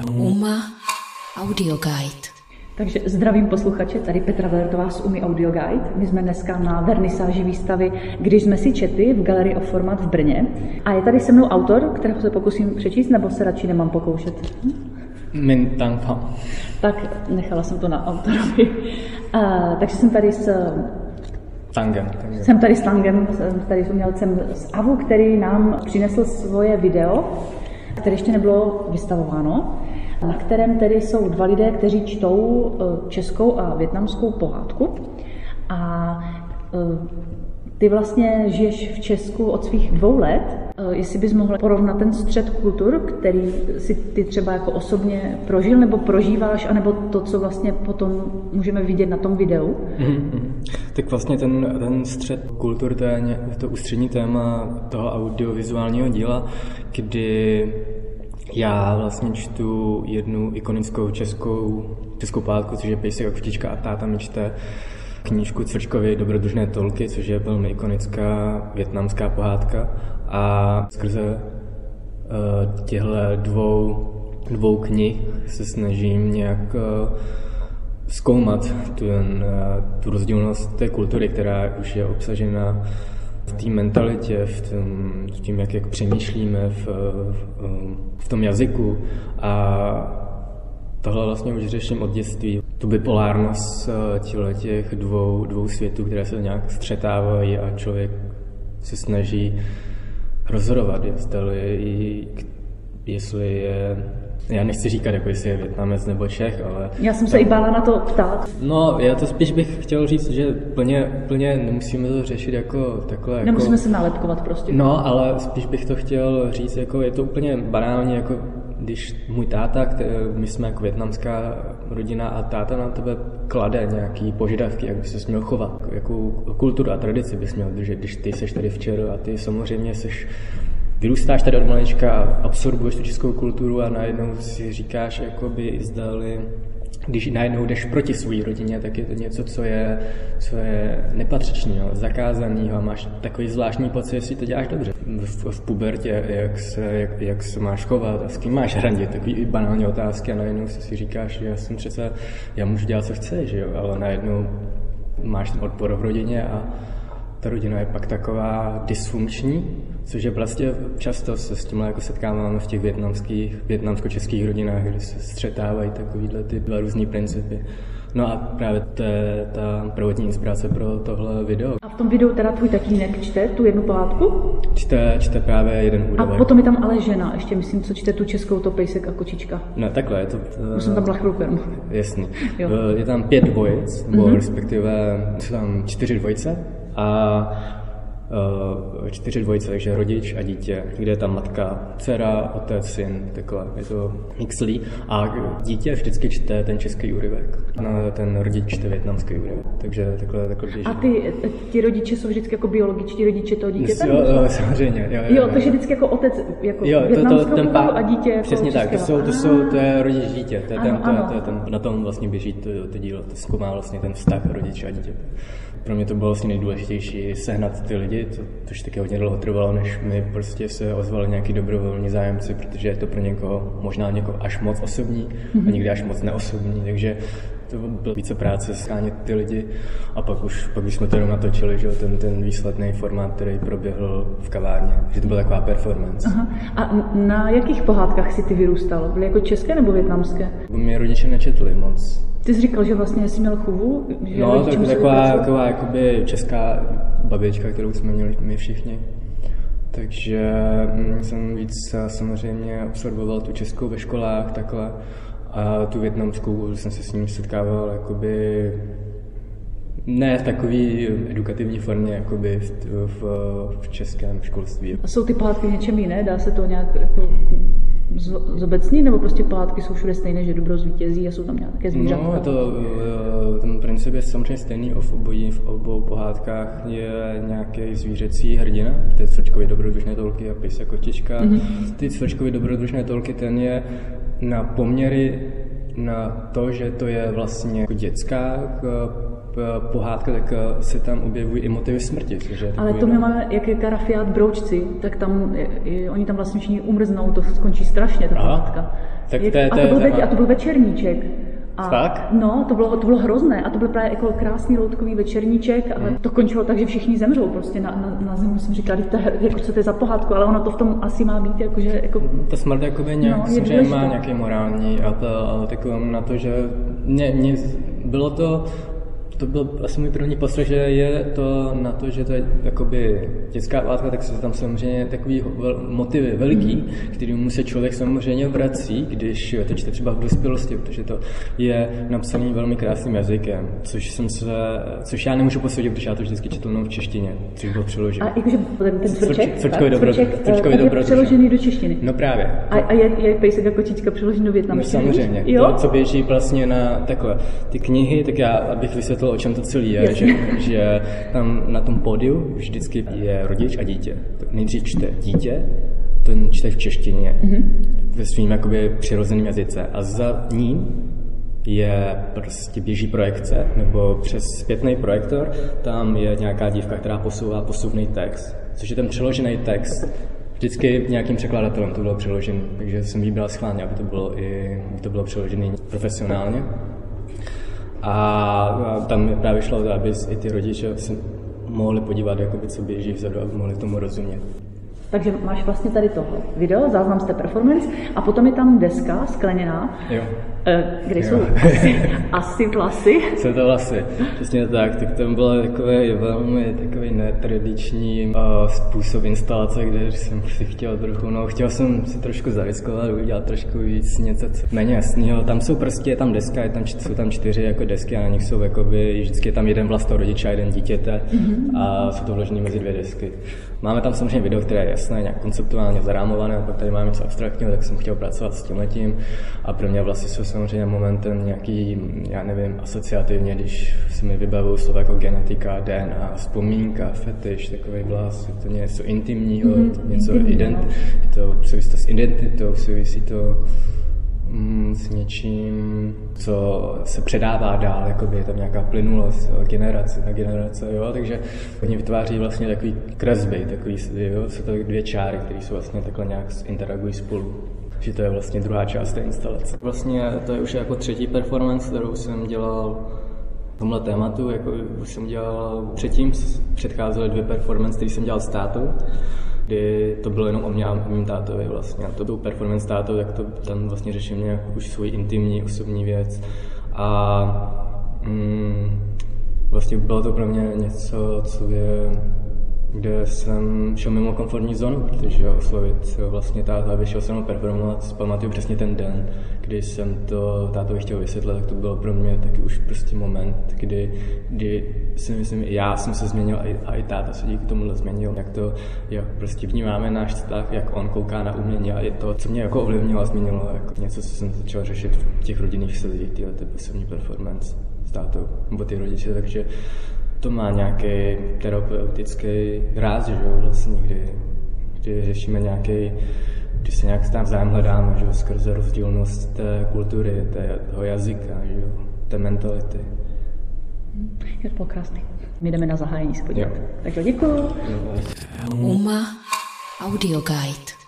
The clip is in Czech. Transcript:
UMA Audio Guide. Takže zdravím posluchače, tady Petra Velertová z UMA Audio Guide. My jsme dneska na vernisáži výstavy Když jsme si četli v Galerii of Format v Brně. A je tady se mnou autor, kterého se pokusím přečíst, nebo se radši nemám pokoušet? Min Tang Pham. Tak nechala jsem to na autorovi. Takže jsem tady s Tangem. Jsem tady s Tangem, tady s umělcem z AVU, který nám přinesl svoje video, které ještě nebylo vystavováno, na kterém tedy jsou dva lidé, kteří čtou českou a vietnamskou pohádku. A ty vlastně žiješ v Česku od svých 2 let. Jestli bys mohl porovnat ten střet kultur, který si ty třeba jako osobně prožil nebo prožíváš, anebo to, co vlastně potom můžeme vidět na tom videu? Tak vlastně ten střet kultur, to je to ústřední téma toho audiovizuálního díla, kdy já vlastně čtu jednu ikonickou českou pohádku, což je Pejsek a kočička a táta mi čte knížku Cvrčkovy Dobrodružné tolky, což je velmi ikonická vietnamská pohádka. A skrze těchto dvou knih se snažím nějak zkoumat tu rozdílnost té kultury, která už je obsažena v té mentalitě, v tím, jak přemýšlíme, v tom jazyku. A tohle vlastně už řeším od dětství. Tu bipolárnost těch dvou světů, které se nějak střetávají a člověk se snaží rozhodovat, jestli je... Já nechci říkat, jako jestli je Vietnamec nebo Čech, ale... Já jsem se i bála na to ptát. No, já to spíš bych chtěl říct, že plně nemusíme to řešit jako takhle... Nemusíme se nálepkovat prostě. No, ale spíš bych to chtěl říct, jako je to úplně banálně, jako když můj táta, my jsme jako vietnamská rodina a táta na tebe klade nějaký požadavky, jak by ses měl chovat, jakou kulturu a tradici bys měl držet, když ty seš tady včera a ty samozřejmě vyrůstáš tady od malička a absorbuješ tu českou kulturu a najednou si říkáš, jakoby zdali, když najednou jdeš proti své rodině, tak je to něco, co je nepatřičného, zakázanýho a máš takový zvláštní pocit, jestli to děláš dobře. V pubertě, jak se máš chovat a s kým máš hranit, takový banální otázky a najednou si říkáš, že já můžu dělat, co chci, že jo, ale najednou máš ten odpor v rodině a ta rodina je pak taková dysfunkční, což je vlastně často se s tímhle jako setkáváme v těch vietnamsko-českých rodinách, kde se střetávají takovýhle ty 2 různý principy. No a právě to je ta prvotní inspirace pro tohle video. A v tom videu teda tvůj tatínek čte tu jednu pohádku? Čte právě jeden úryvek. A potom je tam ale žena, ještě myslím, co čte tu českou, to Pejsek a kočička. No takhle, je to... Už jsem tam byla chvilku jenom. Jasně. Je tam 5 dvojic, nebo respektive jsou tam 4 dvojice a 4 dvojice, takže rodič a dítě, kde je tam matka, dcera, otec, syn, takhle, je to mixlí a dítě vždycky čte ten český úryvek, ten rodič čte vietnamský úryvek, takže takhle běží. A ty rodiče jsou vždycky jako biologičtí rodiče toho dítěte? Jo, samozřejmě. Jo, takže vždycky jako otec jako vietnamskou kulturu a dítě jako přesně tak, to je rodič dítě, to je na tom vlastně běží to dílo, to zkoumá vlastně ten vztah rodiče a dítě. Pro mě to bylo vlastně nejdůležitější sehnat ty lidi, což taky hodně dlouho trvalo, než mi prostě se ozvali nějaký dobrovolní zájemci, protože je to pro někoho možná až moc osobní a někdy až moc neosobní, takže to bylo více práce schánět ty lidi a pak už jsme to jenom natočili, že ten výsledný formát, který proběhl v kavárně, že to byla taková performance. Aha. A na jakých pohádkách si ty vyrůstal? Byly jako české nebo vietnamské? Mě rodiče nečetli moc. Ty jsi říkal, že vlastně jsi měl chůvu? No, taková jakoby česká babička, kterou jsme měli my všichni. Takže jsem víc samozřejmě absorboval tu českou ve školách takhle a tu vietnamskou jsem se s ním setkával jakoby ne v takový edukativní formě jakoby v českém školství. A jsou ty pohádky něčem jiné? Dá se to nějak jako zobecnit, nebo prostě pohádky jsou všude stejné, že dobro zvítězí a jsou tam nějaké zvířatka? No, ten princip je samozřejmě stejný v obou pohádkách je nějaký zvířecí hrdina, ty Cvrčkovy dobrodružné tolky a Pejsek a kočička. Ty Cvrčkovy dobrodružné tolky, ten je na poměry na to, že to je vlastně jako dětská pohádka, tak se tam objevují i motivy smrti. Ale to my máme, jak je Karafiát Broučci, tak tam oni tam vlastně všichni umrznou, to skončí strašně, ta pohádka. Tak to byl večerníček. Tak? No, to bylo hrozné a to byl právě jako krásný loutkový večerníček a to končilo tak, že všichni zemřou prostě na zimu. Jsem říkala, jako, co to je za pohádku, ale ono to v tom asi má být jakože... Jako... Ta smrt jakoby nějak, má nějaký morální apel, ale takovým na to, že bylo to byl asi můj první postřeh, že je to na to, že to je jakoby dětská válka, tak se tam samozřejmě takový motivy veliký, kterým se člověk samozřejmě vrací, když to čte třeba v dospělosti, protože to je napsaný velmi krásným jazykem, což já nemůžu posoudit, protože já to vždycky četl jenom v češtině, což bylo přeložené. A jakože ten Cvrčkový dobro, je přeložený do češtiny. No právě. A je pejsek a kočička přeložený do vietnamštiny? No samozřejmě. Jo? To, co běží vlastně na takhle ty knihy, tak já, abych vysvětlil, o čem to celý je, že tam na tom pódiu vždycky je rodič a dítě. Nejdřív čte dítě, ten čte v češtině, ve svým jakoby přirozeném jazyce a za ním je prostě běží projekce, nebo přes zpětný projektor, tam je nějaká dívka, která posouvá posuvný text, což je ten přeložený text. Vždycky nějakým překladatelem to bylo přeložené, takže jsem vybral schválně, aby to bylo přeložené profesionálně. A tam právě šlo to, aby i ty rodiče se mohli podívat, jakoby, co běží vzadu, aby mohli tomu rozumět. Takže máš vlastně tady tohle video, záznam z té performance a potom je tam deska skleněná, kde jsou asi vlasy. Jsou to vlasy, přesně tak tam byl takový velmi netradiční způsob instalace, kde jsem si chtěl jsem si trošku zariskovat, udělat trošku víc něco méně jasného. Tam jsou prostě, je tam deska, jsou tam 4 jako desky a na nich jsou jakoby, vždycky je tam jeden vlas toho rodiče a jeden dítěte a jsou to vložené mezi 2 desky. Máme tam samozřejmě video, které je jasné, nějak konceptuálně zarámované, a pak tady máme něco abstraktního, tak jsem chtěl pracovat s tímhletím a pro mě vlastně jsou samozřejmě momentem nějaký, já nevím, asociativně, když se mi vybavují slova jako genetika, DNA, vzpomínka, fetiš, takový vlas, je to něco intimního, něco to souvisí to s identitou, souvisí to s něčím, co se předává dál, jakoby je tam nějaká plynulost generace na generace, jo, takže oni vytváří vlastně takový kresby, jsou to 2 čáry, které jsou vlastně takhle nějak interagují spolu. Že to je vlastně druhá část té instalace. Vlastně to je už jako 3. performance, kterou jsem dělal v tomhle tématu, jako už jsem dělal předtím, předcházely 2 performance, které jsem dělal s tátou, kdy to bylo jenom o mě a mým tátovi vlastně. A to byl performance tátou, tak to tam vlastně řeším nějak už svůj intimní, osobní věc. A vlastně bylo to pro mě něco, co je, kde jsem šel mimo komfortní zónu, protože oslovit vlastně táta, vyšel jsem performovat, pamatuju přesně ten den, kdy jsem to tátovi chtěl vysvětlit, tak to bylo pro mě taky už prostě moment, kdy si myslím, já jsem se změnil a i táta se díky tomuhle změnil, jak prostě vnímáme náš vztah, jak on kouká na umění a je to, co mě jako ovlivnilo a změnilo, jako něco, co jsem začal řešit v těch rodinných vztazích, tyhle poslední performance s tátou, nebo ty rodiče, takže to má nějaký terapeutický ráz, že jo, vlastně, kdy řešíme když se nějak tam vzájem hledáme, že jo, skrze rozdílnost té kultury, toho jazyka, že jo, té mentality. Je to bylo krásný. My jdeme na zahájení spodívat. Takže děkuju. Uma Audio Guide.